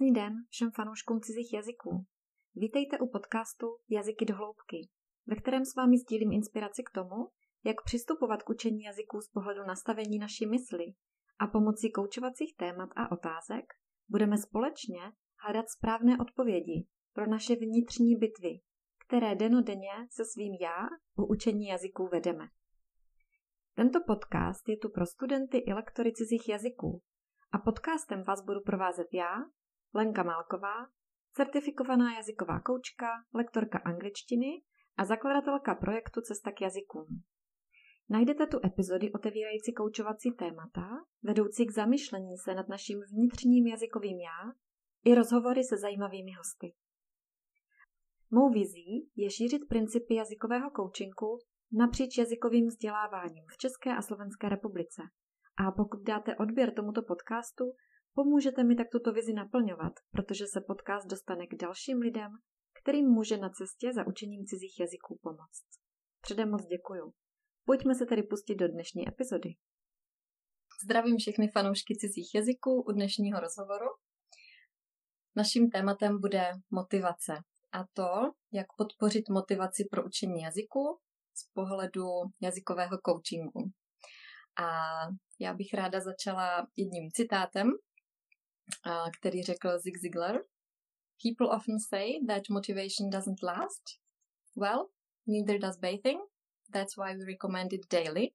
Krásný den všem fanouškům cizích jazyků. Vítejte u podcastu Jazyky do hloubky, ve kterém s vámi sdílím inspiraci k tomu, jak přistupovat k učení jazyků z pohledu nastavení naší mysli a pomocí koučovacích témat a otázek budeme společně hledat správné odpovědi pro naše vnitřní bitvy, které dennodenně se svým já u učení jazyků vedeme. Tento podcast je tu pro studenty i lektory cizích jazyků a podcastem vás budu provázet já, Lenka Málková, certifikovaná jazyková koučka, lektorka angličtiny a zakladatelka projektu Cesta k jazykům. Najdete tu epizody otevírající koučovací témata, vedoucí k zamyšlení se nad naším vnitřním jazykovým já i rozhovory se zajímavými hosty. Mou vizí je šířit principy jazykového coachingu napříč jazykovým vzděláváním v České a Slovenské republice. A pokud dáte odběr tomuto podcastu, pomůžete mi tak tuto vizi naplňovat, protože se podcast dostane k dalším lidem, kterým může na cestě za učením cizích jazyků pomoct. Předem moc děkuju. Pojďme se tedy pustit do dnešní epizody. Zdravím všechny fanoušky cizích jazyků u dnešního rozhovoru. Naším tématem bude motivace a to, jak podpořit motivaci pro učení jazyku z pohledu jazykového coachingu. A já bych ráda začala jedním citátem, který řekl Zig Ziglar. People often say that motivation doesn't last. Well, neither does bathing. That's why we recommend it daily.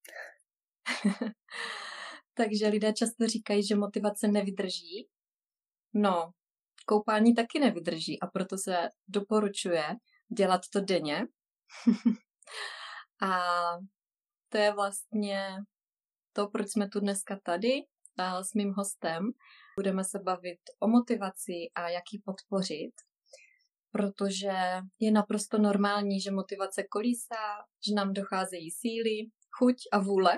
Takže lidé často říkají, že motivace nevydrží. No, koupání taky nevydrží a proto se doporučuje dělat to denně. A to je vlastně to, proč jsme tu dneska tady s mým hostem. Budeme se bavit o motivaci a jak ji podpořit, protože je naprosto normální, že motivace kolísá, že nám docházejí síly, chuť a vůle.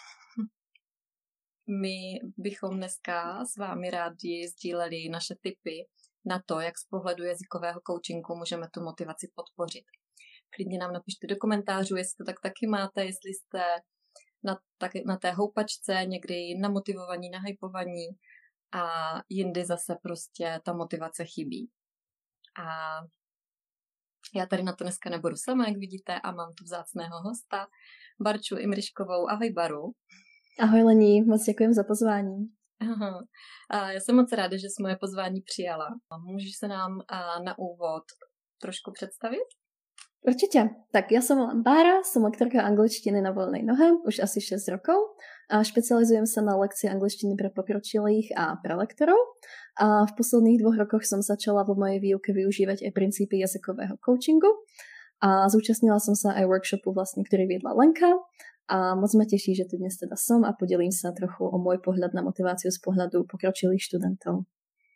My bychom dneska s vámi rádi sdíleli naše tipy na to, jak z pohledu jazykového coachingu můžeme tu motivaci podpořit. Klidně nám napište do komentářů, jestli to tak taky máte, jestli jste na té houpačce, někdy namotivovaní, nahypovaní a jindy zase prostě ta motivace chybí. A já tady na to dneska nebudu sama, jak vidíte, a mám tu vzácného hosta, Barču Imriškovou. Ahoj, Baru. Ahoj, Lení, moc děkujem za pozvání. Aha. A já jsem moc ráda, že jsi moje pozvání přijala. Můžeš se nám na úvod trošku představit? Určite. Tak ja som volám Bára, som lektorka angličtiny na voľnej nohe už asi 6 rokov a špecializujem sa na lekcie angličtiny pre pokročilých a pre lektorov. A v posledných 2 rokoch som začala vo mojej výuke využívať aj princípy jazykového coachingu a zúčastnila som sa aj workshopu vlastne, ktorý viedla Lenka a moc ma teší, že tu dnes teda som a podelím sa trochu o môj pohľad na motiváciu z pohľadu pokročilých študentov.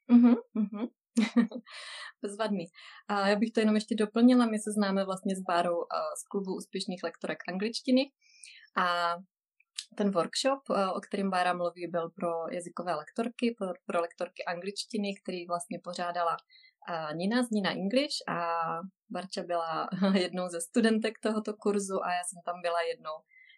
Bezvadný. A já bych to jenom ještě doplnila, my se známe vlastně s Bárou z klubu úspěšných lektorek angličtiny a ten workshop, o kterém Bára mluví, byl pro jazykové lektorky, pro lektorky angličtiny, který vlastně pořádala Nina z Nina English a Barča byla jednou ze studentek tohoto kurzu a já jsem tam byla jednou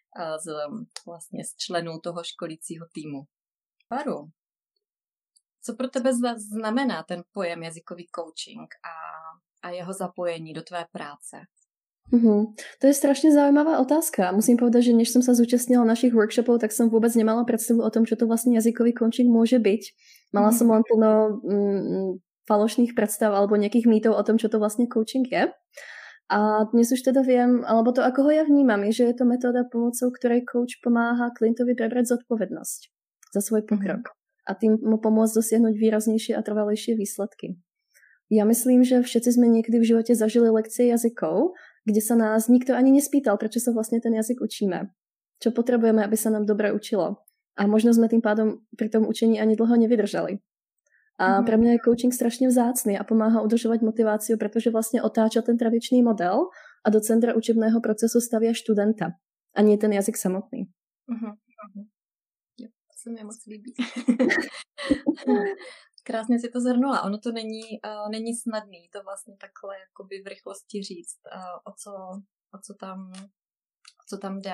z členů toho školícího týmu. Baru, co pro tebe znamená ten pojem jazykový coaching a jeho zapojení do tvé práce? To je strašne zaujímavá otázka. Musím povedať, že než som sa zúčastnila našich workshopov, tak som vôbec nemala predstavu o tom, čo to vlastne jazykový coaching môže byť. Mala som len plno falošných predstav alebo nejakých mýtov o tom, čo to vlastne coaching je. A dnes už teda viem, alebo to, ako ho ja vnímam, je, že je to metóda, pomocou ktorej coach pomáha klientovi prebrať zodpovednosť za svoj pokrok. A tým mu pomôcť dosiahnuť výraznejšie a trvalejšie výsledky. Ja myslím, že všetci sme niekedy v živote zažili lekcie jazykov, kde sa nás nikto ani nespýtal, prečo sa vlastne ten jazyk učíme. Čo potrebujeme, aby sa nám dobre učilo. A možno sme tým pádom pri tom učení ani dlho nevydržali. A pre mňa je coaching strašne vzácny a pomáha udržovať motiváciu, pretože vlastne otáča ten tradičný model a do centra učebného procesu stavia študenta. A nie ten jazyk samotný. Se mi moc líbí. Krásně si to zhrnula. Ono to není snadný to vlastně takhle jakoby v rychlosti říct, o co tam jde.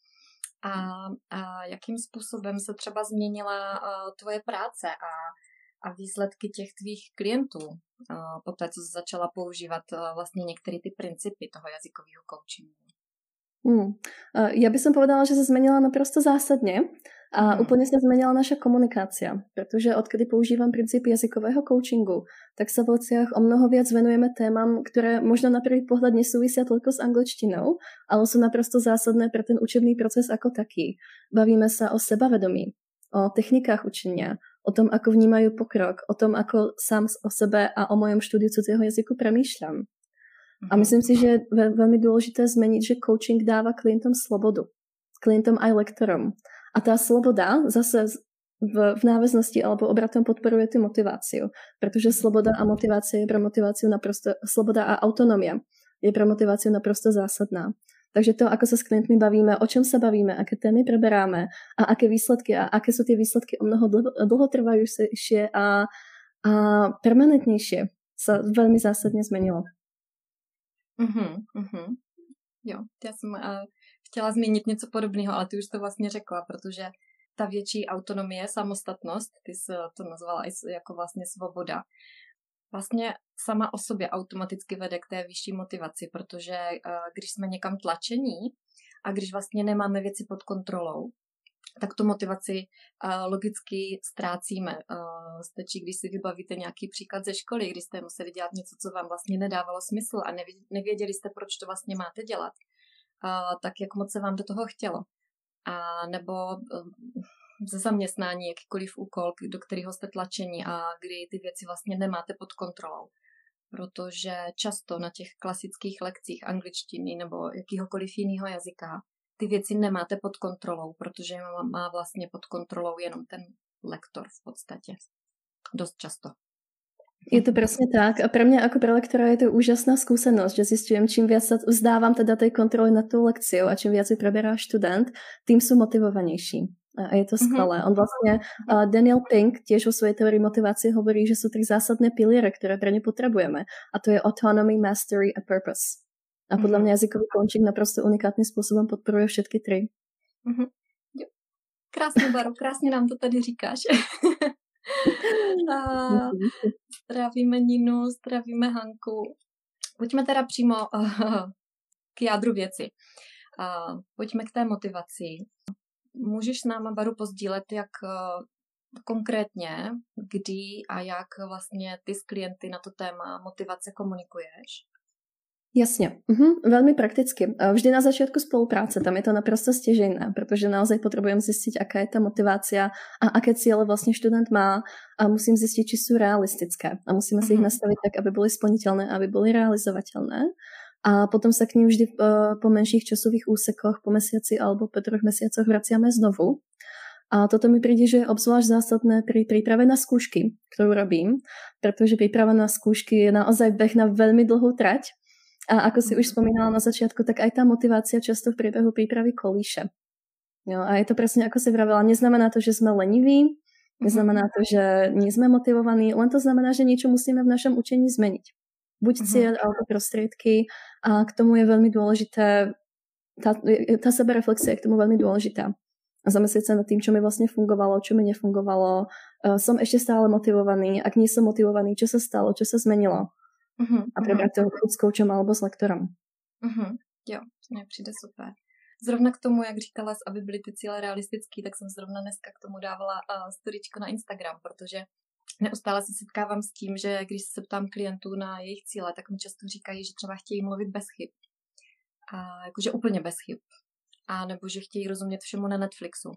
A jakým způsobem se třeba změnila tvoje práce a a výsledky těch tvých klientů po té, co začala používat vlastně některé ty principy toho jazykového coachingu? Ja by som povedala, že sa zmenila naprosto zásadne a úplne sa zmenila naša komunikácia, pretože odkedy používam princípy jazykového coachingu, tak sa v veciach o mnoho viac venujeme témam, ktoré možno na prvý pohľad nesúvisia toľko s angličtinou, ale sú naprosto zásadné pre ten učebný proces ako taký. Bavíme sa o sebavedomí, o technikách učenia, o tom, ako vnímajú pokrok, o tom, ako sám o sebe a o mojom štúdiu cudzieho jazyku premýšľam. A myslím si, že je veľmi dôležité zmeniť, že coaching dáva klientom slobodu. Klientom aj lektorom. A tá sloboda zase v náväznosti alebo obratom podporuje tú motiváciu. Pretože sloboda a motivácia je pre motiváciu naprosto, sloboda a autonómia je pre motiváciu naprosto zásadná. Takže to, ako sa s klientmi bavíme, o čom sa bavíme, aké témy preberáme a aké výsledky a aké sú tie výsledky o mnoho dlhotrvajúcejšie a permanentnejšie sa veľmi zásadne zmenilo. Jo, já jsem chtěla zmínit něco podobného, ale ty už to vlastně řekla, protože ta větší autonomie, samostatnost, ty jsi to nazvala i jako vlastně svoboda, vlastně sama o sobě automaticky vede k té vyšší motivaci, protože když jsme někam tlačení a když vlastně nemáme věci pod kontrolou, tak tu motivaci logicky ztrácíme. Stačí, když si vybavíte nějaký příklad ze školy, kdy jste museli dělat něco, co vám vlastně nedávalo smysl a nevěděli jste, proč to vlastně máte dělat, tak jak moc se vám do toho chtělo. A nebo ze zaměstnání jakýkoliv úkol, do kterého jste tlačeni a kdy ty věci vlastně nemáte pod kontrolou. Protože často na těch klasických lekcích angličtiny nebo jakýhokoliv jiného jazyka ty věci nemáte pod kontrolou, protože má vlastně pod kontrolou jenom ten lektor v podstatě. Dost často. Je to presne tak a pre mňa ako pre lektora je to úžasná skúsenosť, že zistujem, čím viac sa vzdávam teda tej kontroly nad tou lekciou a čím viac ju preberá študent, tým sú motivovanejší. A je to skvelé. On vlastne, Daniel Pink tiež vo svojej teórii motivácie hovorí, že sú 3 zásadné piliere, ktoré pre ne potrebujeme. A to je autonomy, mastery a purpose. A podľa mňa jazykový coaching naprosto unikátnym spôsobom podporuje všetky 3. Jo. Krásně, Baro, krásně nám to tady říkáš. Zdravíme Ninu, zdravíme Hanku. Pojďme teda přímo k jádru věci. Pojďme k té motivaci. Můžeš s náma, Baru, pozdílet, jak konkrétně, kdy a jak vlastně ty s klienty na to téma motivace komunikuješ? Jasne, veľmi prakticky. Vždy na začiatku spolupráce, tam je to naprosto stěžejné, protože naozaj potrebujem zistiť, aká je tá motivácia a aké ciele vlastne študent má a musím zistiť, či sú realistické a musíme si ich nastaviť tak, aby boli splniteľné, aby boli realizovateľné. A potom sa k nim vždy po menších časových úsekoch, po mesiaci alebo po 3 mesiacoch vraciame znovu. A toto mi príde, že je obzvlášť zásadné pri príprave na skúšky, ktorú robím, pretože príprava na skúšky je naozaj beh na veľmi dlhú trať. A ako si už spomínala na začiatku, tak aj tá motivácia často v priebehu prípravy kolíše. Jo, a je to presne, ako si vravela, neznamená to, že sme leniví, neznamená to, že nie sme motivovaní, len to znamená, že niečo musíme v našom učení zmeniť. Buď cieľ, alebo prostriedky. A k tomu je veľmi dôležité, tá sebereflexia je k tomu veľmi dôležitá. A zamyslieť sa nad tým, čo mi vlastne fungovalo, čo mi nefungovalo. Som ešte stále motivovaný, ak nie som motivovaný, čo sa stalo, čo sa zmenilo. A prebrať to s coachem alebo s lektorem. Jo, mně přijde super. Zrovna k tomu, jak říkala, aby byly ty cíle realistický, tak jsem zrovna dneska k tomu dávala storyčko na Instagram, protože neustále se setkávám s tím, že když se ptám klientů na jejich cíle, tak mi často říkají, že třeba chtějí mluvit bez chyb. A jakože úplně bez chyb. A nebo že chtějí rozumět všemu na Netflixu.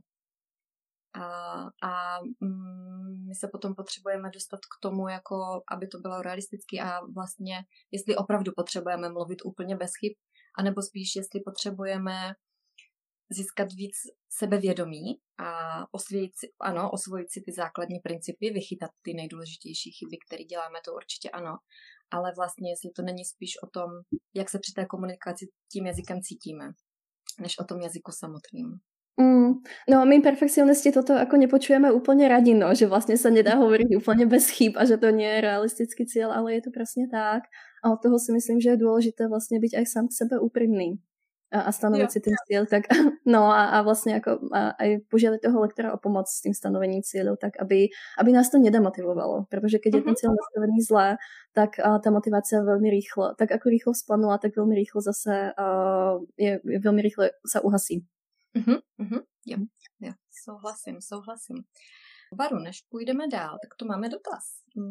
A my se potom potřebujeme dostat k tomu, jako aby to bylo realisticky a vlastně, jestli opravdu potřebujeme mluvit úplně bez chyb, anebo spíš, jestli potřebujeme získat víc sebevědomí a osvojit si ty základní principy, vychytat ty nejdůležitější chyby, které děláme, to určitě ano, ale vlastně, jestli to není spíš o tom, jak se při té komunikaci tím jazykem cítíme, než o tom jazyku samotným. No my perfekcionisti toto ako nepočujeme úplne radi, no, že vlastne sa nedá hovoriť úplne bez chýb a že to nie je realistický cieľ, ale je to presne tak. A od toho si myslím, že je dôležité vlastne byť aj sám k sebe úprimný. a stanovit si ten cíl, tak no a vlastně jako aj požiadať toho lektora o pomoc s tým stanovením cílu, tak aby nás to nedemotivovalo, protože keď je ten cíl nastavený zle, tak ta motivácia veľmi rýchlo, tak ako rýchlo splanula, tak veľmi rýchlo zase je veľmi rýchlo sa uhasí. Jo, souhlasím. Baru, než půjdeme dál, tak tu máme dotaz.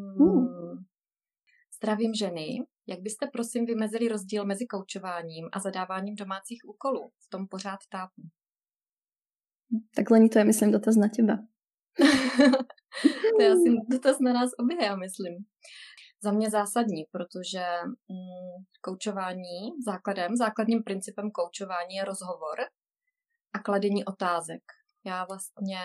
Zdravím ženy. Jak byste prosím vymezili rozdíl mezi koučováním a zadáváním domácích úkolů? V tom pořád tápu. Tak Leni, to je, myslím, dotaz na teba. To je asi dotaz na nás obě, já myslím. Za mě zásadní, protože koučování, základním principem koučování je rozhovor a kladení otázek. Já vlastně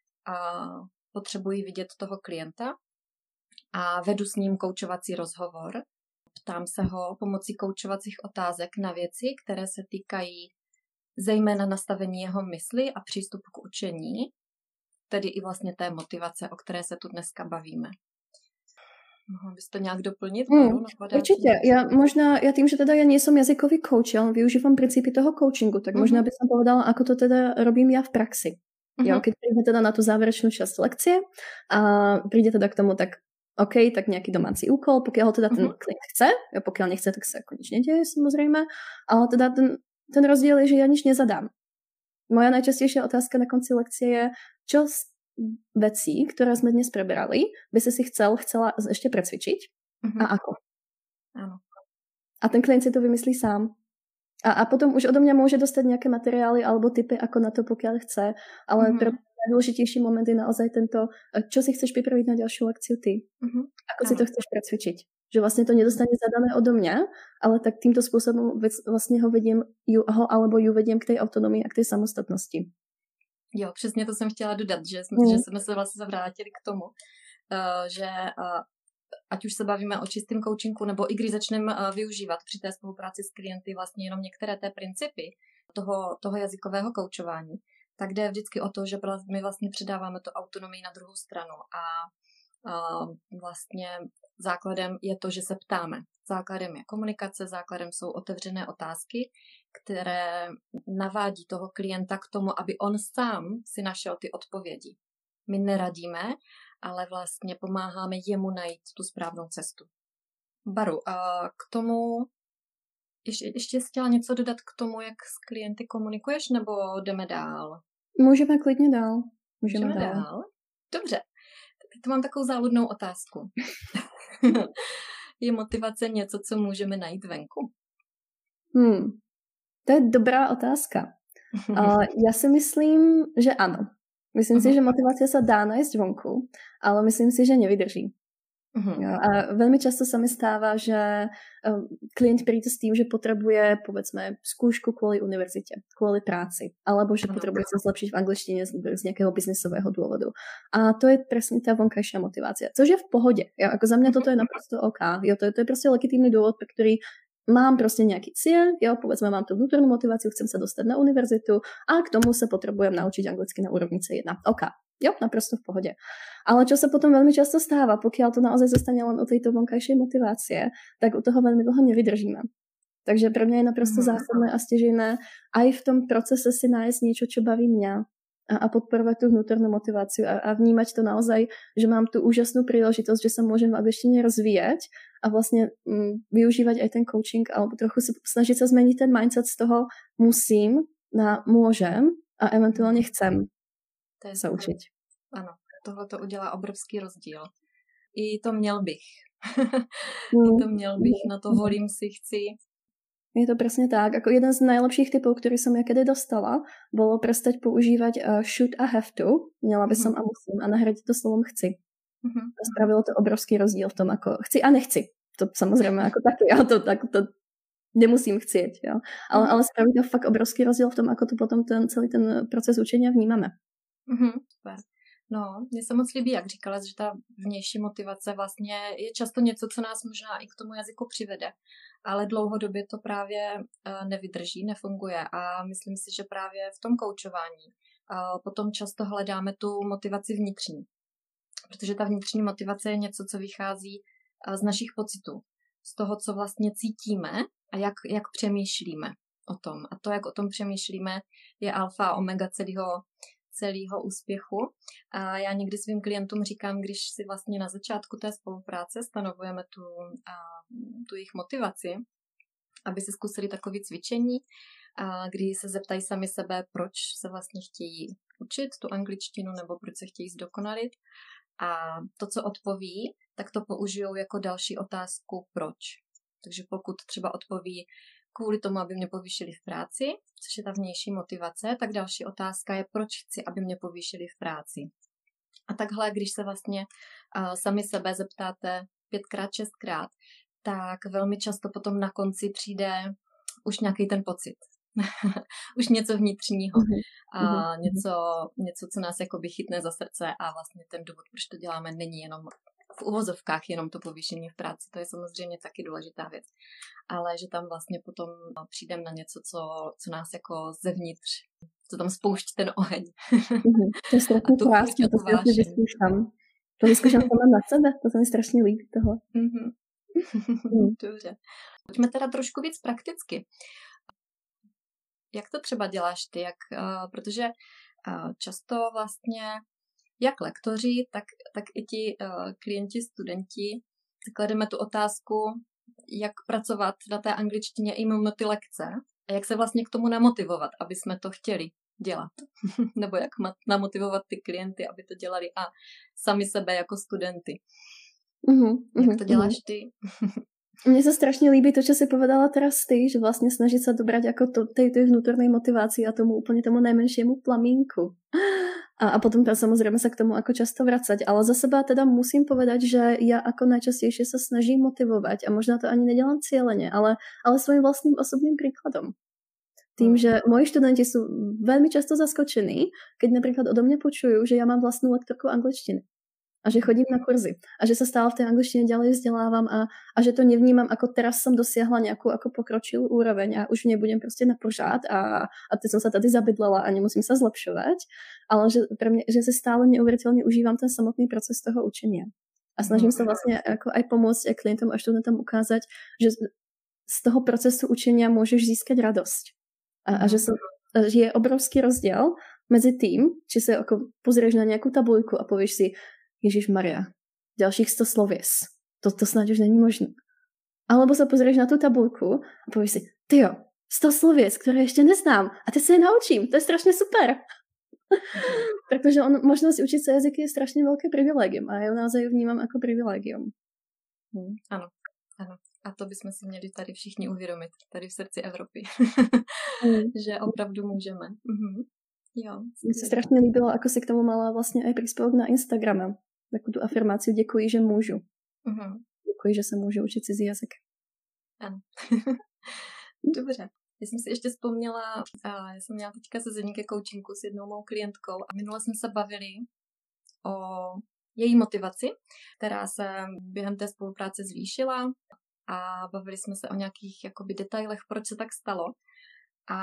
potřebuji vidět toho klienta a vedu s ním koučovací rozhovor. Ptám se ho pomocí koučovacích otázek na věci, které se týkají zejména nastavení jeho mysli a přístupu k učení, tedy i vlastně té motivace, o které se tu dneska bavíme. Mohla bys to nějak doplnit? Určitě. Ja tým, že teda ja nie som jazykový coach, ale využívam princípy toho coachingu, tak možná by som povedala, ako to teda robím ja v praxi. Jo, keď príde teda na tú záverečnú časť lekcie a príde teda k tomu, tak OK, tak nejaký domáci úkol, pokiaľ ho teda ten klient chce, pokiaľ nechce, tak sa ako nič nedeje, samozrejme, ale teda ten rozdiel je, že ja nič nezadám. Moja najčastejšia otázka na konci lekcie je, čo z vecí, ktoré sme dnes preberali, by si chcela ešte precvičiť a ako. Áno. A ten klient si to vymyslí sám. A potom už odo mňa môže dostať nejaké materiály alebo tipy, ako na to, pokiaľ chce, ale pre najdôležitejší moment je naozaj tento, čo si chceš pripraviť na ďalšiu lekciu ty. Ako si to chceš precvičiť. Že vlastne to nedostane zadané odo mňa, ale tak týmto spôsobom vlastne ho vediem, alebo ju vediem k tej autonomii a k tej samostatnosti. Jo, přesně to jsem chtěla dodat, že jsme se vlastně vrátili k tomu, že ať už se bavíme o čistém coachingu, nebo i když začneme využívat při té spolupráci s klienty vlastně jenom některé té principy toho jazykového koučování, tak jde vždycky o to, že my vlastně předáváme to autonomii na druhou stranu a vlastně základem je to, že se ptáme. Základem je komunikace, základem jsou otevřené otázky, které navádí toho klienta k tomu, aby on sám si našel ty odpovědi. My neradíme, ale vlastně pomáháme jemu najít tu správnou cestu. Baru, a k tomu ještě jsi chtěla něco dodat k tomu, jak s klienty komunikuješ, nebo jdeme dál? Můžeme klidně dál. Můžeme dál? Dobře. Tu mám takovou záludnou otázku. Je motivace něco, co můžeme najít venku? To je dobrá otázka. Ja si myslím, že áno. Myslím si, že motivácia sa dá nájsť vonku, ale myslím si, že nevydrží. A veľmi často sa mi stáva, že klient príde s tým, že potrebuje, povedzme, skúšku kvôli univerzite, kvôli práci, alebo že potrebuje sa zlepšiť v angličtine z nejakého biznisového dôvodu. A to je presne tá vonkajšia motivácia, což je v pohode. Ja, ako za mňa toto je naprosto OK. Jo, to je proste legitímny dôvod, pre ktorý mám proste nejaký cieľ, jo, povedzme, mám tú vnútornú motiváciu, chcem sa dostať na univerzitu a k tomu sa potrebujem naučiť anglicky na úrovni C1. OK. Jo, naprosto v pohode. Ale čo sa potom veľmi často stáva, pokiaľ to naozaj zostane len o tejto vonkajšej motivácie, tak u toho veľmi dlho nevydržíme. Takže pre mňa je naprosto zásadné a stěžejné aj v tom procese si nájsť niečo, čo baví mňa a podporovať tú vnútornú motiváciu a vnímať to naozaj, že mám tu úžasnú príležitosť, že sa môžem v angličtine rozvíjať a vlastne využívať aj ten coaching alebo trochu sa snažiť sa zmeniť ten mindset z toho musím na môžem a eventuálne chcem sa učiť. Ano, tohle to udělá obrovský rozdíl. I to měl bych. Na to volím si, chci. Je to presne tak. Ako jeden z najlepších typov, ktorý som ja kedy dostala, bolo prestať používať should a have to. Měla by som a musím a nahradiť to slovom chci. A spravilo to obrovský rozdíl v tom, ako chci a nechci. To samozrejme ako také, ja to nemusím chcieť. Jo. Ale spraví to fakt obrovský rozdíl v tom, ako to potom celý ten proces učenia vnímame. Super. No, mně se moc líbí, jak říkala, že ta vnější motivace vlastně je často něco, co nás možná i k tomu jazyku přivede, ale dlouhodobě to právě nevydrží, nefunguje a myslím si, že právě v tom koučování potom často hledáme tu motivaci vnitřní, protože ta vnitřní motivace je něco, co vychází z našich pocitů, z toho, co vlastně cítíme a jak přemýšlíme. o tom. A to, jak o tom přemýšlíme, je alfa a omega celého úspěchu. A já někdy svým klientům říkám, když si vlastně na začátku té spolupráce stanovujeme tu jejich motivaci, aby si zkusili takové cvičení, kdy se zeptají sami sebe, proč se vlastně chtějí učit tu angličtinu nebo proč se chtějí zdokonalit. A to, co odpoví, tak to použijou jako další otázku proč. Takže pokud třeba odpoví kvůli tomu, aby mě povýšili v práci, což je ta vnější motivace, tak další otázka je, proč chci, aby mě povýšili v práci. A takhle, když se vlastně sami sebe zeptáte 5x, 6x, tak velmi často potom na konci přijde už nějaký ten pocit. Už něco vnitřního. A něco, co nás jakoby chytne za srdce a vlastně ten důvod, proč to děláme, není jenom v uvozovkách jenom to povýšení v práci. To je samozřejmě taky důležitá věc. Ale že tam vlastně potom přijdeme na něco, co nás jako zevnitř, co tam spouští ten oheň. To je strašně krásné, to strašně vyzkoušám. To vyzkoušám sama na sebe, to se mi strašně líbí tohle. Dobře. Pojďme teda trošku víc prakticky. Jak to třeba děláš ty? Protože často vlastně jak lektoři, tak i ti klienti, studenti si klademe tu otázku, jak pracovat na té angličtině i mimo ty lekce a jak se vlastně k tomu namotivovat, aby jsme to chtěli dělat. Nebo jak namotivovat ty klienty, aby to dělali a sami sebe jako studenty. Jak to děláš ty? Mne sa strašne líbí to, čo si povedala teraz ty, že vlastne snažiť sa dobrať ako tej vnútornej motivácii a tomu najmenšiemu plamínku. A potom samozrejme sa k tomu ako často vracať. Ale za seba teda musím povedať, že ja ako najčastejšie sa snažím motivovať a možná to ani nedelám cieľene, ale svojím vlastným osobným príkladom. Tým, že moji študenti sú veľmi často zaskočení, keď napríklad odo mňa počujú, že ja mám vlastnú lektorku angličtiny. A že chodím na kurzy a že sa stále v tej angličtine ďalej vzdelávam a že to nevnímam ako teraz som dosiahla nejakú ako pokročilú úroveň a už v nej budem proste na pořád a teď som sa tady zabydlela a nemusím sa zlepšovať, ale že pre mňa, že si stále neuveriteľne užívam ten samotný proces toho učenia. A snažím sa vlastne ako aj pomôcť aj klientom a študentom ukázať, že z toho procesu učenia môžeš získať radosť. A že je obrovský rozdiel medzi tým, či sa ako pozrieš na nejakú tabuľku a povieš si Ježišmaria, ďalších 100 slovies. To snáď už není možné. Alebo sa pozrieš na tú tabulku a povieš si, tyjo, 100 slovies, ktoré ešte neznám a teď sa je naučím. To je strašne super. Pretože možnosť učiť sa jazyky je strašne veľké privilégium a ja naozaj ju vnímam ako privilégium. Ano. A to bychom si měli tady všichni uvědomit, tady v srdci Evropy. Že opravdu můžeme. Jo. Mne sa strašne líbilo, ako si k tomu mala vlastne aj príspevok na Instagrame. Takú tú afirmáciu, děkuji, že můžu. Děkuji, že se můžu učit cizí jazyk. Ano. Dobře. Já jsem si ještě vzpomněla, já jsem měla teďka sezení ke coachingu s jednou mou klientkou a minule jsme se bavili o její motivaci, která se během té spolupráce zvýšila a bavili jsme se o nějakých jakoby detailech, proč se tak stalo. A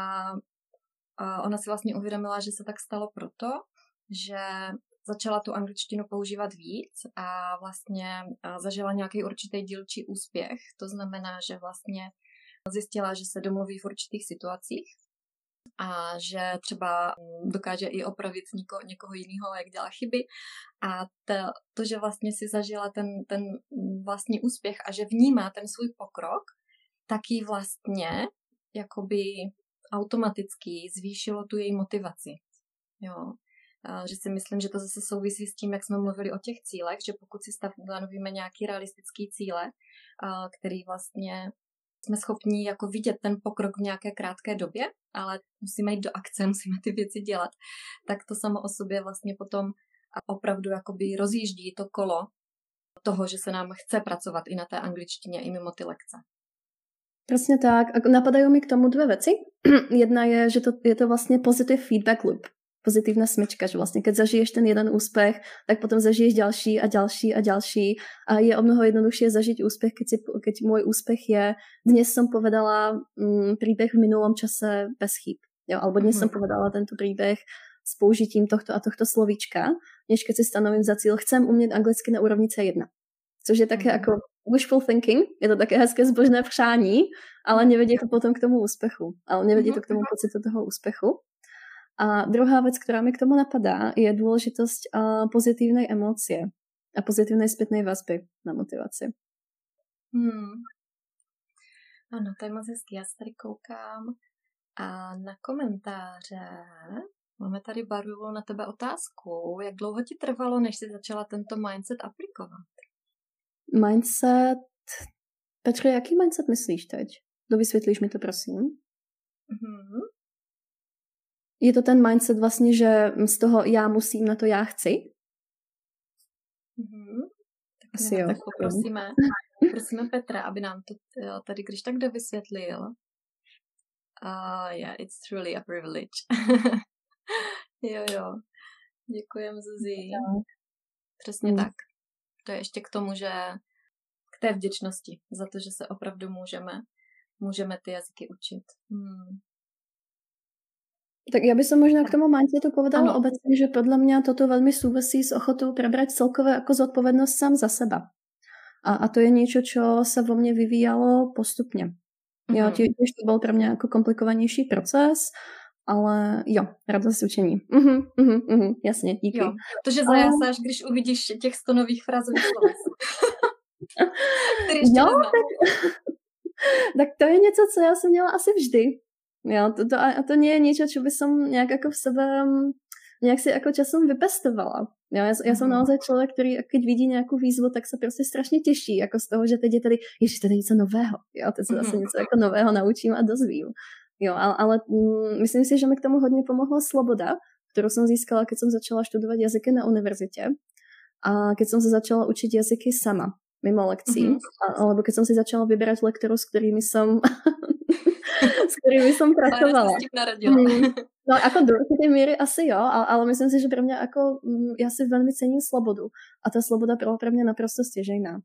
ona si vlastně uvědomila, že se tak stalo proto, že začala tu angličtinu používat víc a vlastně zažila nějaký určitý dílčí úspěch. To znamená, že vlastně zjistila, že se domluví v určitých situacích a že třeba dokáže i opravit někoho jiného, jak dělá chyby. A to, že vlastně si zažila ten vlastní úspěch a že vnímá ten svůj pokrok, taky vlastně jakoby automaticky zvýšilo tu její motivaci. Jo. Že si myslím, že to zase souvisí s tím, jak jsme mluvili o těch cílech, že pokud si stanovíme nějaký realistický cíle, který vlastně jsme schopni jako vidět ten pokrok v nějaké krátké době, ale musíme jít do akce, musíme ty věci dělat, tak to samo o sobě vlastně potom opravdu jakoby rozjíždí to kolo toho, že se nám chce pracovat i na té angličtině, i mimo ty lekce. Presne tak. A napadajú mi k tomu dve veci. Jedna je, že je to vlastne positive feedback loop. Pozitívna smyčka, že vlastne keď zažiješ ten jeden úspech, tak potom zažiješ ďalší a ďalší a ďalší. A je o mnoho jednoduchšie zažiť úspech, keď môj úspech je, dnes som povedala príbeh v minulom čase bez chýb. Jo? Alebo dnes som povedala tento príbeh s použitím tohto a tohto slovíčka, než keď si stanovím za cíl, chcem umieť anglicky na úrovni C1. což je také jako wishful thinking, je to také hezké zbožné přání, ale nevedí to potom k tomu úspechu, ale nevedí to k tomu pocitu toho úspechu. A druhá věc, která mi k tomu napadá, je důležitost pozitívnej emócie a pozitívnej spätnej vazby na motivaci. Ano, to je moc hezký. Já se tady koukám a na komentáře. Máme tady, Baru, na tebe otázku. Jak dlouho ti trvalo, než jsi začala tento mindset aplikovat? Mindset... Petře, jaký mindset myslíš teď? Dovysvětlíš mi to, prosím? Je to ten mindset vlastně, že z toho já musím na to já chci? Tak, asi jo. Tak prosíme Petra, aby nám to tady když tak dovysvětlil. Yeah, it's truly a privilege. Jo. Děkujem, Zuzi. Přesně tak. To je ještě k tomu, že k té vděčnosti za to, že se opravdu můžeme ty jazyky učit. Tak ja by som možno k tomu mindsetu povedala obecne, že podľa mňa toto veľmi súvisí s ochotou prebrať celkové ako zodpovednosť sám za seba. A to je niečo, čo sa vo mne vyvíjalo postupne. Jo, tiež to bol pre mňa ako komplikovanejší proces, ale jo, radosť učení. Jasne, díky. Jo, to, že zajasáš, když uvidíš těch 100 nových frázových slov. Tak to je něco, co ja som měla asi vždy. Jo, to nie je niečo, čo by som nejak ako v sebe nejak si ako časom vypestovala. Jo, ja som naozaj človek, ktorý keď vidí nejakú výzvu, tak sa proste strašne teší, ako z toho, že teď je tady, ježiš, tady něco nového. Jo, teď sa zase něco jako nového naučím a dozvím. Jo, ale myslím si, že mi k tomu hodně pomohla sloboda, ktorú som získala, keď som začala študovať jazyky na univerzite a keď som sa začala učiť jazyky sama, mimo lekcií, alebo keď som si začala vyberať lektorov, s ktorými som pracovala. No, ako do určitej míry asi jo, ale myslím si, že pre mňa ako, ja si veľmi cením slobodu a ta sloboda byla pre mňa naprosto stěžejná.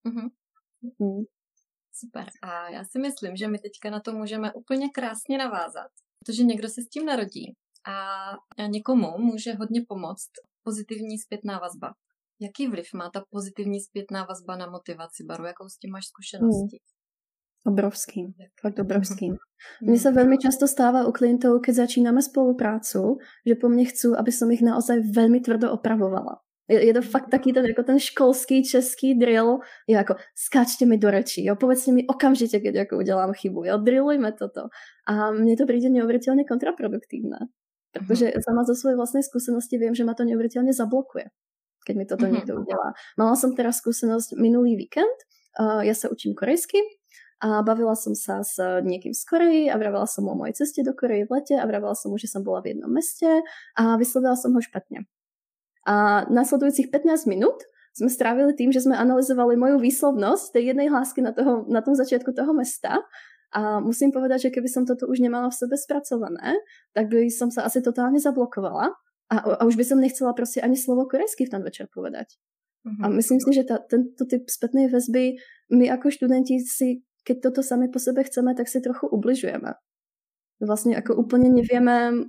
Super. A já si myslím, že my teďka na to můžeme úplně krásně navázat, protože někdo se s tím narodí a někomu může hodně pomoct pozitivní zpětná vazba. Jaký vliv má ta pozitivní zpětná vazba na motivaci, Baru? Jakou s tím máš zkušenosti? Obrovský, fakt obrovský. Mne sa veľmi často stáva u klientov, keď začíname spoluprácu, že po mne chcú, aby som ich naozaj veľmi tvrdo opravovala. Je to fakt taký ten, jako ten školský český drill, jo, jako skáčte mi do reči, jo, povedzte mi okamžite, keď jako udělám chybu, jo, drillujme toto. A mne to príde neuveriteľne kontraproduktívne, protože sama zo svojej vlastnej skúsenosti viem, že ma to neuveriteľne zablokuje, keď mi toto niekto udělá. Mala som teraz skúsenosť minulý víkend, ja sa učím korejsky, a bavila som sa s niekým z Koreji a vravila som mu o mojej ceste do Koreji v lete a vravila som mu, že som bola v jednom meste a vyslovila som ho špatne. A následujúcich 15 minút sme strávili tým, že sme analyzovali moju výslovnosť tej jednej hlásky na tom začiatku toho mesta a musím povedať, že keby som toto už nemala v sebe spracované, tak by som sa asi totálne zablokovala a už by som nechcela proste ani slovo korejsky v ten večer povedať. A myslím si, že tento typ spätnej väzby my ako študenti si, keď toto sami po sebe chceme, tak si trochu ubližujeme. Vlastne ako úplne nevieme,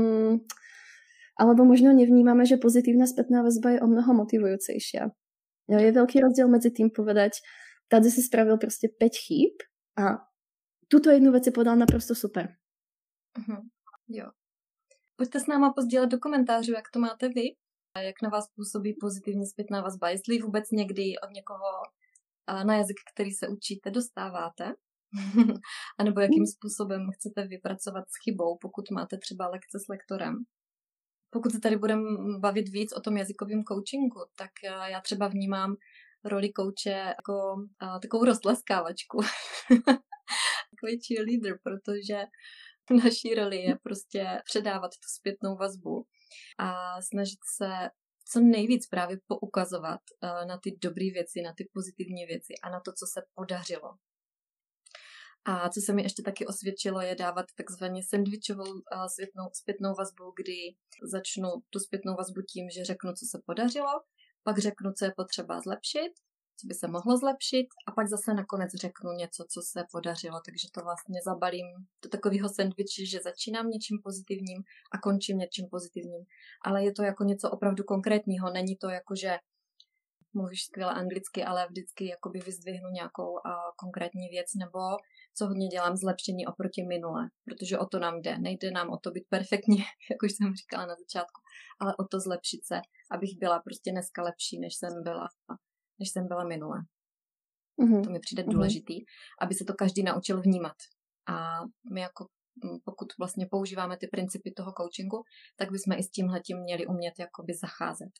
alebo možno nevnímame, že pozitívna spätná väzba je o mnoho motivujúcejšia. Jo, je veľký rozdiel medzi tým povedať, tady si spravil proste 5 chýb a tuto jednu vec si povedal naprosto super. Jo. Pojďte s náma pozdílet do komentářů, jak to máte vy a jak na vás působí pozitivní zpětná vazba. Jestli vůbec někdy od někoho na jazyk, který se učíte, dostáváte, anebo jakým způsobem chcete vypracovat s chybou, pokud máte třeba lekce s lektorem. Pokud se tady budeme bavit víc o tom jazykovém coachingu, tak já třeba vnímám roli kouče jako takovou roztleskávačku. Takový cheerleader, protože naší roli je prostě předávat tu zpětnou vazbu a snažit se co nejvíc právě poukazovat na ty dobré věci, na ty pozitivní věci a na to, co se podařilo. A co se mi ještě taky osvědčilo, je dávat takzvaně sendvičovou zpětnou vazbu, kdy začnu tu zpětnou vazbu tím, že řeknu, co se podařilo, pak řeknu, co je potřeba zlepšit, co by se mohlo zlepšit a pak zase nakonec řeknu něco, co se podařilo. Takže to vlastně zabalím do takového sendviče, že začínám něčím pozitivním a končím něčím pozitivním. Ale je to jako něco opravdu konkrétního. Není to jako, že mluvíš skvěle anglicky, ale vždycky jakoby vyzdvihnu nějakou konkrétní věc, nebo co hodně dělám zlepšení oproti minule, protože o to nám jde. Nejde nám o to být perfektní, jak už jsem říkala na začátku, ale o to zlepšit se, abych byla prostě dneska lepší, než jsem byla minule. To mi přijde důležitý, aby se to každý naučil vnímat. A my jako pokud vlastně používáme ty principy toho coachingu, tak bychom i s tímhletím měli umět jakoby zacházet.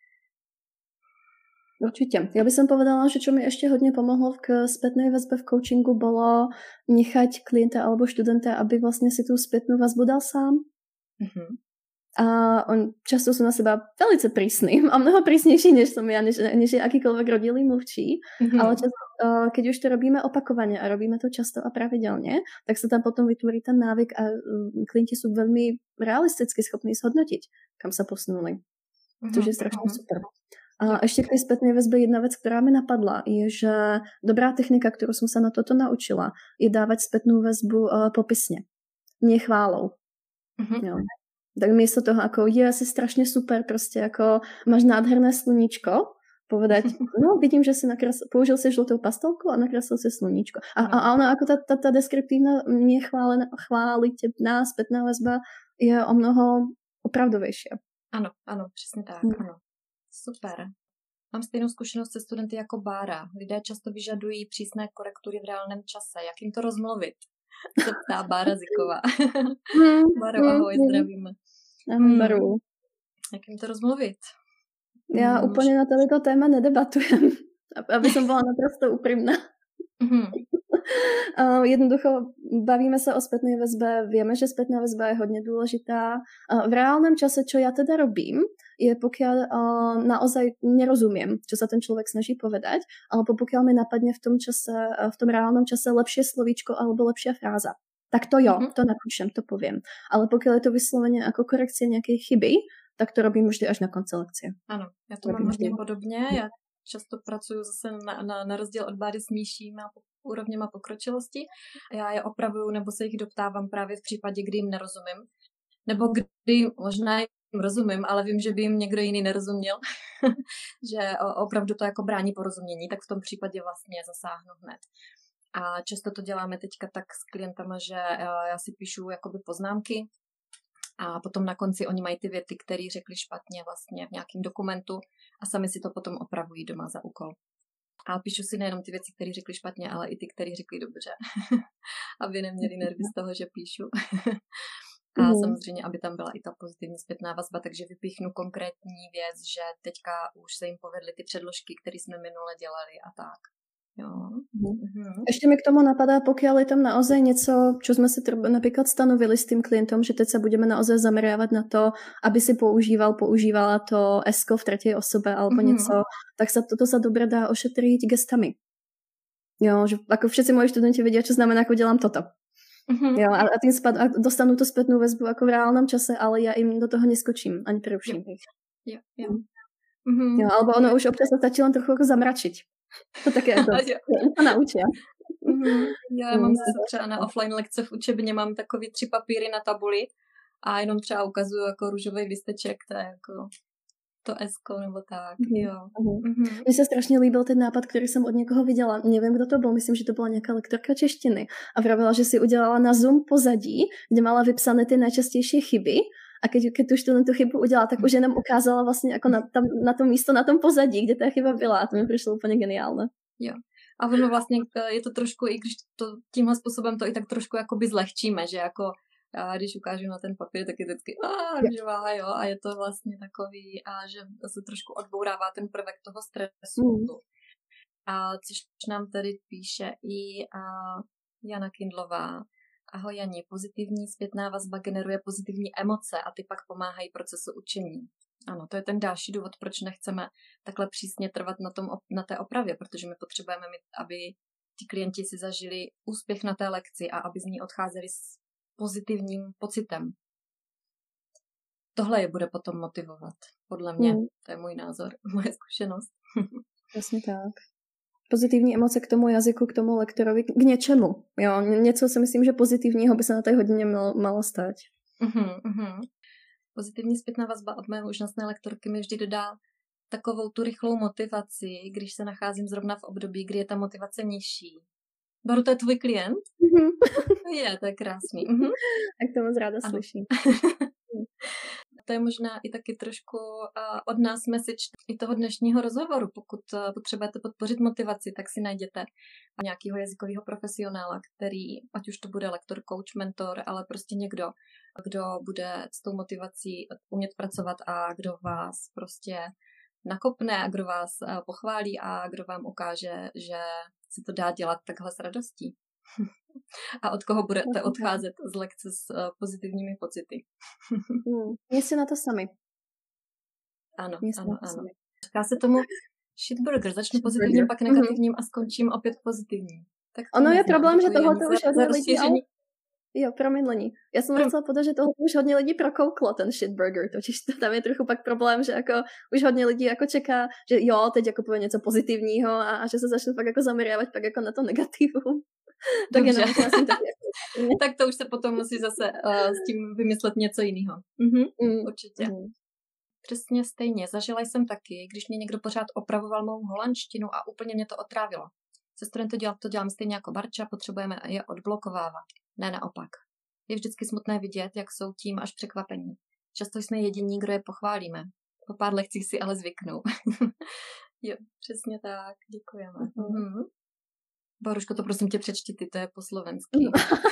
Určite. Ja by som povedala, že čo mi ešte hodne pomohlo k spätnej väzbe v coachingu bolo nechať klienta alebo študenta, aby vlastne si tú spätnú väzbu dal sám. A on často sú na seba velice prísny a mnoho prísnejší, než som ja, než je akýkoľvek rodilý mluvčí. Ale často, keď už to robíme opakovane a robíme to často a pravidelne, tak sa tam potom vytvorí ten návyk a klienti sú veľmi realisticky schopní zhodnotiť, kam sa posunuli. Což je strašne super. A ešte k tej spätnej väzbe jedna vec, ktorá mi napadla, je, že dobrá technika, ktorú som sa na toto naučila, je dávať spätnú väzbu popisne. Nie chválou. Jo. Tak místo toho, ako je asi strašne super, proste ako máš nádherné sluníčko, povedať, no vidím, že si použil si žlutou pastelku a nakreslil si sluníčko. A ono ako tá deskriptívna nechváliteľná spätná väzba je o mnoho opravdovejšia. Ano, přesně tak, ano. Super. Mám stejnou zkušenost se studenty jako Bára. Lidé často vyžadují přísné korektury v reálném čase. Jak jim to rozmluvit? Se ptá Bára Ziková. Báro, ahoj, zdravíme. Baru. Jak jim to rozmluvit? Já úplně na toto téma nedebatujem, aby som bola naprosto úprimná. Jednoducho bavíme sa o spätnej väzbe, vieme, že spätná väzba je hodne dôležitá. V reálnom čase, čo ja teda robím, je pokiaľ naozaj nerozumiem, čo sa ten človek snaží povedať, alebo pokiaľ mi napadne v tom reálnom čase lepšie slovíčko alebo lepšia fráza. Tak to jo, to napíšem, to poviem. Ale pokiaľ je to vyslovene ako korekcie nejakej chyby, tak to robím vždy až na konci lekcie. Ano, já to mám hodně podobně. Já často pracuju zase na rozdíl od Báry s nižšíma úrovněma pokročilosti. Já je opravuju nebo se jich doptávám právě v případě, kdy jim nerozumím. Nebo kdy možná jim rozumím, ale vím, že by jim někdo jiný nerozuměl. Že opravdu to jako brání porozumění, tak v tom případě vlastně zasáhnu hned. A často to děláme teďka tak s klientama, že já si píšu jakoby poznámky a potom na konci oni mají ty věty, které řekli špatně vlastně v nějakém dokumentu a sami si to potom opravují doma za úkol. A píšu si nejenom ty věci, které řekli špatně, ale i ty, které řekli dobře. Aby neměli nervy z toho, že píšu. A samozřejmě, aby tam byla i ta pozitivní zpětná vazba, takže vypíchnu konkrétní věc, že teďka už se jim povedly ty předložky, které jsme minule dělali a tak. Jo. Ešte mi k tomu napadá, pokiaľ je tam naozaj niečo, čo sme si napríklad stanovili s tým klientom, že teď sa budeme naozaj zameriavať na to, aby si používala to S-ko v tretej osobe alebo niečo, tak toto sa dobre dá ošetriť gestami. Jo, že ako všetci moji študenti vedia, čo znamená, ako delám toto. Jo, a tým dostanú tú spätnú väzbu ako v reálnom čase, ale ja im do toho neskočím, ani preruším ich. Jo, alebo ono už občas sa stačí len trochu ako zamračiť. To také to naučia. Já mám zase třeba na offline lekce v učebně mám takový 3 papíry na tabuli a jenom třeba ukazuju jako růžový lísteček, to je jako to S-ko nebo tak. Jo. Mně se strašně líbil ten nápad, který jsem od někoho viděla. Nevím, kdo to byl, myslím, že to byla nějaká lektorka češtiny a vravila, že si udělala na Zoom pozadí, kde mala vypsané ty nejčastější chyby. A keď tu študentu chybu udělala, tak už jenom ukázala vlastně jako na to místo, na tom pozadí, kde ta chyba byla. A to mi přišlo úplně geniálne. Jo. A ono vlastně je to trošku, i když to tímhle způsobem to i tak trošku jakoby zlehčíme, že jako já když ukážu na ten papír, tak je vždycky živá, jo, a je to vlastně takový, a že se trošku odbourává ten prvek toho stresu. A což nám tady píše i Jana Kindlová. Ahoj Jani, pozitivní zpětná vazba generuje pozitivní emoce a ty pak pomáhají procesu učení. Ano, to je ten další důvod, proč nechceme takhle přísně trvat na té opravě, protože my potřebujeme mít, aby ti klienti si zažili úspěch na té lekci a aby z ní odcházeli s pozitivním pocitem. Tohle je bude potom motivovat, podle mě. To je můj názor, moje zkušenosť. Jasně tak. Pozitivní emoce k tomu jazyku, k tomu lektorovi, k něčemu. Jo, něco si myslím, že pozitivního by se na té hodině malo stát. Pozitivní zpětná vazba od mé úžasné lektorky mi vždy dodá, takovou tu rychlou motivaci, když se nacházím zrovna v období, kdy je ta motivace nižší. Baru, to je tvůj klient? Je, to je krásný. Tak to moc ráda slyším. To je možná i taky trošku od nás message i toho dnešního rozhovoru. Pokud potřebujete podpořit motivaci, tak si najděte nějakého jazykového profesionála, který, ať už to bude lektor, coach, mentor, ale prostě někdo, kdo bude s tou motivací umět pracovat a kdo vás prostě nakopne a kdo vás pochválí a kdo vám ukáže, že si to dá dělat takhle s radostí. A od koho budete odcházet z lekce s pozitivními pocity. Jste na to sami. Ano. Říká se tomu shitburger. Začnu pozitivním, pak negativním a skončím opět pozitivním. Tak ono je problém, že tohle už hodně lidí... Jo, promiň. Já jsem chcela podat, že tohle už hodně lidí prokouklo, ten shitburger, totiž tam je trochu pak problém, že jako už hodně lidí jako čeká, že jo, teď jako povie něco pozitivního a že se začne pak jako zameriavať pak jako na to negativum. Tak dobře. Tak to už se potom musí zase s tím vymyslet něco jiného. Určitě. Přesně stejně. Zažila jsem taky, když mě někdo pořád opravoval mou holandštinu a úplně mě to otrávilo. Se studenty to dělám stejně jako Barča, potřebujeme je odblokovávat. Ne naopak. Je vždycky smutné vidět, jak jsou tím až překvapení. Často jsme jediní, kdo je pochválíme. Po pár lekcích si ale zvyknou. Jo, přesně tak. Děkujeme. Baruško, to prosím tě přečti ty, to je po slovensky.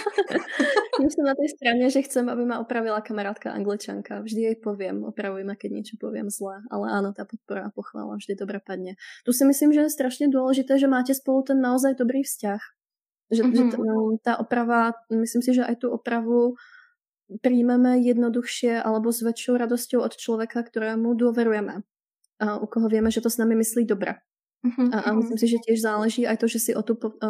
Já jsem na té straně, že chcem, aby ma opravila kamarádka Angličanka. Vždy jej poviem, opravuj ma, keď niečo poviem zle. Ale áno, tá podpora a pochvála vždy dobre padne. Tu si myslím, že je strašne dôležité, že máte spolu ten naozaj dobrý vzťah. Že tá oprava, myslím si, že aj tú opravu príjmeme jednoduchšie alebo s väčšou radosťou od človeka, ktorému dôverujeme. A u koho vieme, že to s nami myslí dobre. A myslím si, že tiež záleží aj to, že si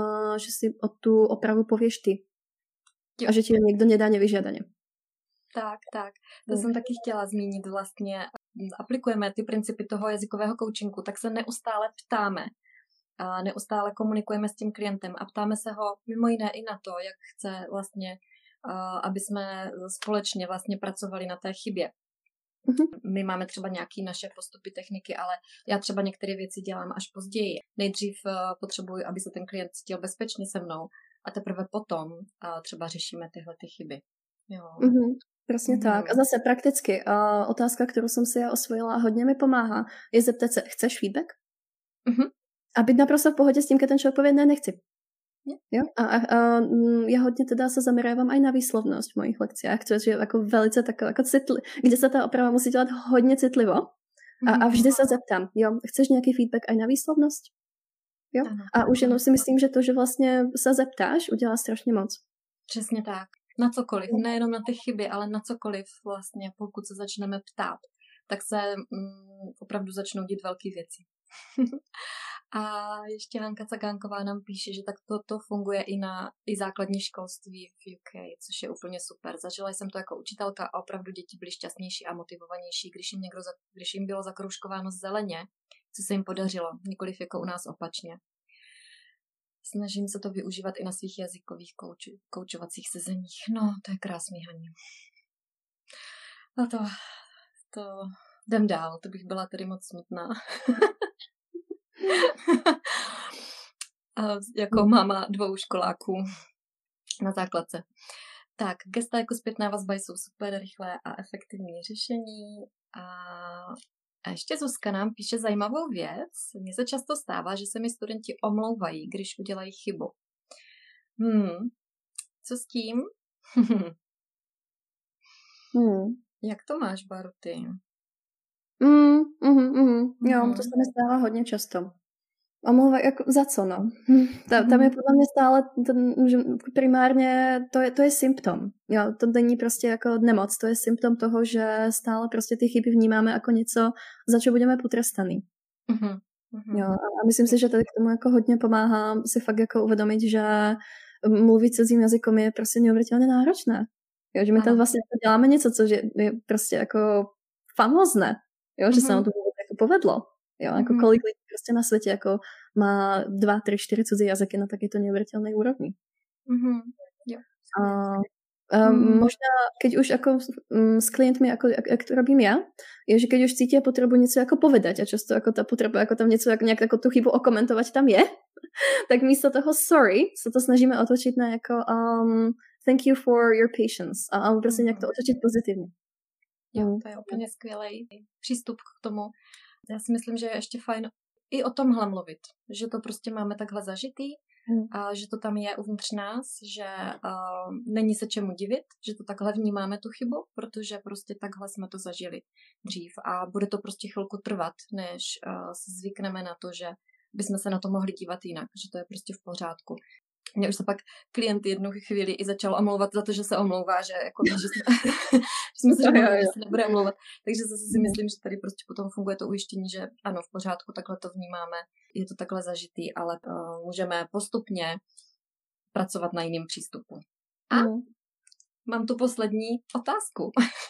o tú opravu povieš ty. Jo. A že ti to niekto nedá nevyžiadane. Tak. To jsem taky chtěla zmínit vlastně. Aplikujeme ty principy toho jazykového coachingu, tak se neustále ptáme. A neustále komunikujeme s tím klientem a ptáme se ho mimo jiné i na to, jak chce vlastně, aby jsme společně vlastně pracovali na té chybě. My máme třeba nějaké naše postupy, techniky, ale já třeba některé věci dělám až později. Nejdřív potřebuji, aby se ten klient cítil bezpečně se mnou a teprve potom třeba řešíme tyhle ty chyby. Jo. Presne tak. A zase prakticky otázka, ktorú som si ja osvojila a hodně mi pomáhá, je zeptat se, chceš feedback? A být naprosto v pohodě s tím, keď ten člověk povie, ne, nechci. Jo? A ja hodně teda sa zameriavam aj na výslovnosť v mojich lekciách, což je ako velice taková, jako kde sa tá oprava musí dělat hodně citlivo. A vždy sa zeptám, jo, chceš nějaký feedback aj na výslovnosť? Jo? A už jenom si myslím, že to, že vlastně se zeptáš, udělá strašně moc. Přesně tak. Na cokoliv. Nejenom na ty chyby, ale na cokoliv vlastně, pokud se začneme ptát, tak se opravdu začnou dít velké věci. A ještě Hanka Cagánková nám píše, že tak to funguje i základní školství v UK, což je úplně super. Zažila jsem to jako učitelka a opravdu děti byly šťastnější a motivovanější, když jim bylo zakroužkováno zeleně, co se jim podařilo, nikoliv jako u nás opačně. Snažím se to využívat i na svých jazykových koučovacích sezeních. No, to je krásný, Haně. No to jdem dál, to bych byla tedy moc smutná. Jako máma 2 školáků na základce. Tak, gesta jako zpětná vazba jsou super rychlé a efektivní řešení. A ještě Zuzka nám píše zajímavou věc. Mně se často stává, že se mi studenti omlouvají, když udělají chybu. Co s tím? Jak to máš, Baru, ty? Jo, to se mi stává hodně často. Omlouva, jako za co, no? Tam je podle mě stále, že primárně to je symptom. Jo, to není prostě jako nemoc, to je symptom toho, že stále prostě ty chyby vnímáme jako něco, za čo budeme potrestaný. Jo, a myslím si, že tady k tomu jako hodně pomáhá si fakt jako uvědomit, že mluvit cizím jazykom je prostě neuvěřitelně náročné. Jo, že my tady vlastně děláme něco, co je prostě jako famózne. Jo, že se nám to jako povedlo. Jo, jako kolik lidí prostě na světě jako má 2, 3, 4 cudzí jazyky na takéto neuvěřitelné úrovni. Jo. Možná, keď už ako s klientmi, ako to robím ja, je, že keď už cítia potrebu niečo ako povedať a často ako tá potreba, ako tam niečo, nejak ako tú chybu okomentovať tam je, tak místo toho sorry sa to snažíme otočiť na ako thank you for your patience a prostě nějak to otočiť pozitivně. Jo, to je úplně skvělý přístup k tomu. Já si myslím, že je ještě fajn i o tomhle mluvit, že to prostě máme takhle zažitý a že to tam je uvnitř nás, že není se čemu divit, že to takhle vnímáme tu chybu, protože prostě takhle jsme to zažili dřív a bude to prostě chvilku trvat, než si zvykneme na to, že bychom se na to mohli dívat jinak, že to je prostě v pořádku. Mě už se pak klient jednu chvíli i začal omlouvat za to, že se omlouvá, že, jako, že jsme se domluvili, že se nebude omlouvat. Takže zase si myslím, že tady prostě potom funguje to ujištění, že ano, v pořádku, takhle to vnímáme, je to takhle zažitý, ale můžeme postupně pracovat na jiném přístupu. A mám tu poslední otázku.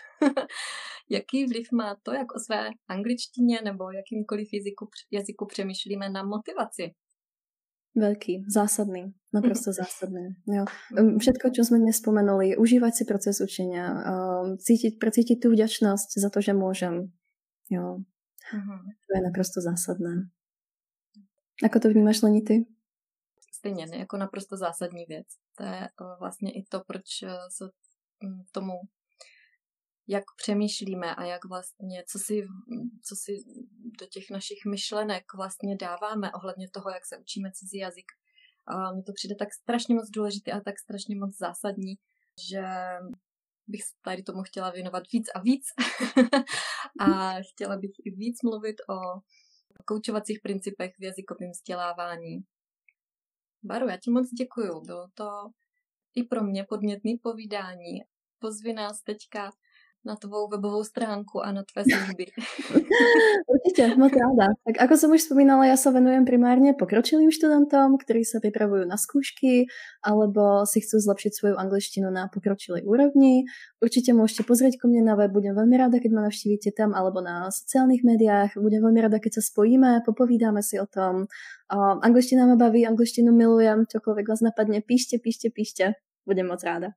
Jaký vliv má to, jak o své angličtině nebo jakýmkoliv jazyku přemýšlíme na motivaci? Veľký, zásadný, naprosto zásadný. Jo. Všetko, čo sme dnes spomenuli, užívať si proces učenia, precítiť tú vďačnosť za to, že môžem. Jo. To je naprosto zásadné. Ako to vnímáš, Leni, ty? Stejně, jako naprosto zásadní věc. To je vlastně i to, proč se tomu, jak přemýšlíme a jak vlastně, co si do těch našich myšlenek vlastně dáváme ohledně toho, jak se učíme cizí jazyk. A mně to přijde tak strašně moc důležité a tak strašně moc zásadní, že bych tady tomu chtěla věnovat víc a víc. A chtěla bych i víc mluvit o koučovacích principech v jazykovém vzdělávání. Baru, já ti moc děkuju. Bylo to i pro mě podnětné povídání. Pozvi nás teďka na tvou webovou stránku a na tvé služby. Určite, moc ráda. Tak ako som už spomínala, ja sa venujem primárne pokročilým študentom, ktorí sa pripravujú na skúšky alebo si chcú zlepšiť svoju angličtinu na pokročilej úrovni. Určite môžete pozrieť ko mne na web, budem veľmi rada, keď ma navštívite tam alebo na sociálnych médiách. Budem veľmi rada, keď sa spojíme, popovídáme si o tom. Angličtina ma baví, angličtinu milujem, čokoľvek vás napadne, píšte. Budem moc ráda.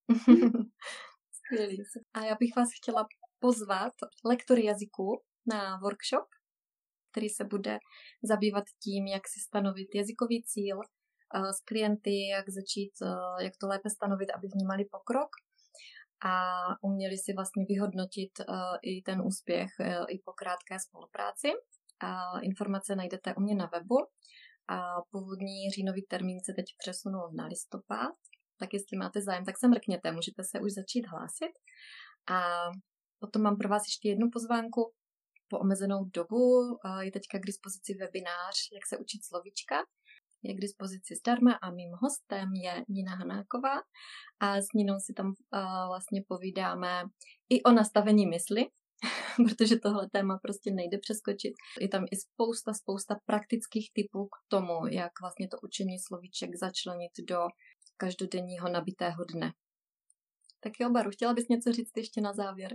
A já bych vás chtěla pozvat lektory jazyku na workshop, který se bude zabývat tím, jak si stanovit jazykový cíl s klienty, jak to lépe stanovit, aby vnímali pokrok a uměli si vlastně vyhodnotit i ten úspěch i po krátké spolupráci. Informace najdete u mě na webu a původní říjnový termín se teď přesunul na listopad. Tak jestli máte zájem, tak se mrkněte, můžete se už začít hlásit. A potom mám pro vás ještě jednu pozvánku po omezenou dobu. Je teďka k dispozici webinář, jak se učit slovíčka. Je k dispozici zdarma a mým hostem je Nina Hanáková. A s Ninou si tam vlastně povídáme i o nastavení mysli, protože tohle téma prostě nejde přeskočit. Je tam i spousta praktických tipů k tomu, jak vlastně to učení slovíček začlenit do každodenního nabitého dne. Tak jo, Baru, chtěla bys něco říct ještě na závěr?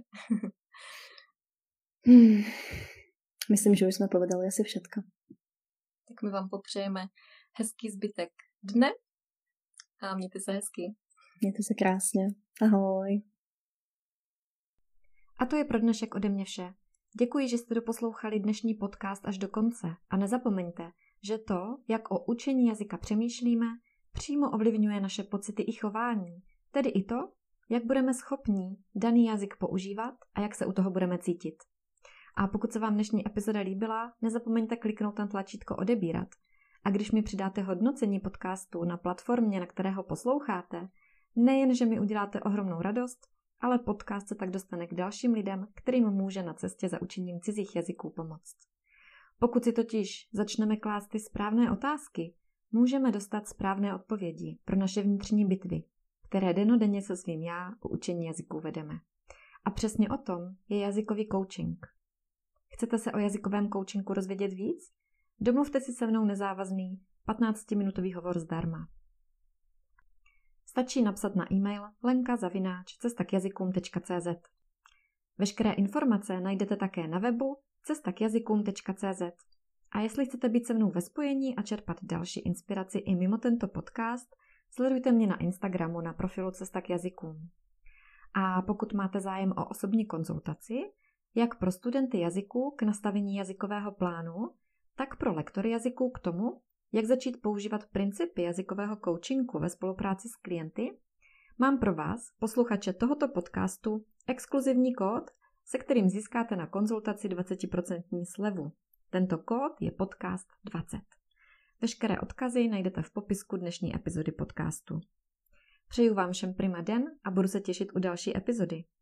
Myslím, že už jsme povedali asi všetko. Tak my vám popřejeme hezký zbytek dne a mějte se hezky. Mějte se krásně. Ahoj. A to je pro dnešek ode mě vše. Děkuji, že jste doposlouchali dnešní podcast až do konce a nezapomeňte, že to, jak o učení jazyka přemýšlíme, přímo ovlivňuje naše pocity i chování, tedy i to, jak budeme schopní daný jazyk používat a jak se u toho budeme cítit. A pokud se vám dnešní epizoda líbila, nezapomeňte kliknout na tlačítko odebírat. A když mi přidáte hodnocení podcastu na platformě, na kterého posloucháte, nejen, že mi uděláte ohromnou radost, ale podcast se tak dostane k dalším lidem, kterým může na cestě za učením cizích jazyků pomoct. Pokud si totiž začneme klást ty správné otázky, můžeme dostat správné odpovědi pro naše vnitřní bitvy, které dennodenně se svým já u učení jazyků vedeme. A přesně o tom je jazykový coaching. Chcete se o jazykovém coachingu rozvědět víc? Domluvte si se mnou nezávazný 15-minutový hovor zdarma. Stačí napsat na e-mail lenka@cestakjazykům.cz. Veškeré informace najdete také na webu cestakjazykům.cz. A jestli chcete být se mnou ve spojení a čerpat další inspiraci i mimo tento podcast, sledujte mě na Instagramu na profilu Cesta k jazykům. A pokud máte zájem o osobní konzultaci, jak pro studenty jazyků k nastavení jazykového plánu, tak pro lektory jazyků k tomu, jak začít používat principy jazykového coachingu ve spolupráci s klienty, mám pro vás, posluchače tohoto podcastu, exkluzivní kód, se kterým získáte na konzultaci 20% slevu. Tento kód je podcast 20. Veškeré odkazy najdete v popisku dnešní epizody podcastu. Přeju vám všem prima den a budu se těšit u další epizody.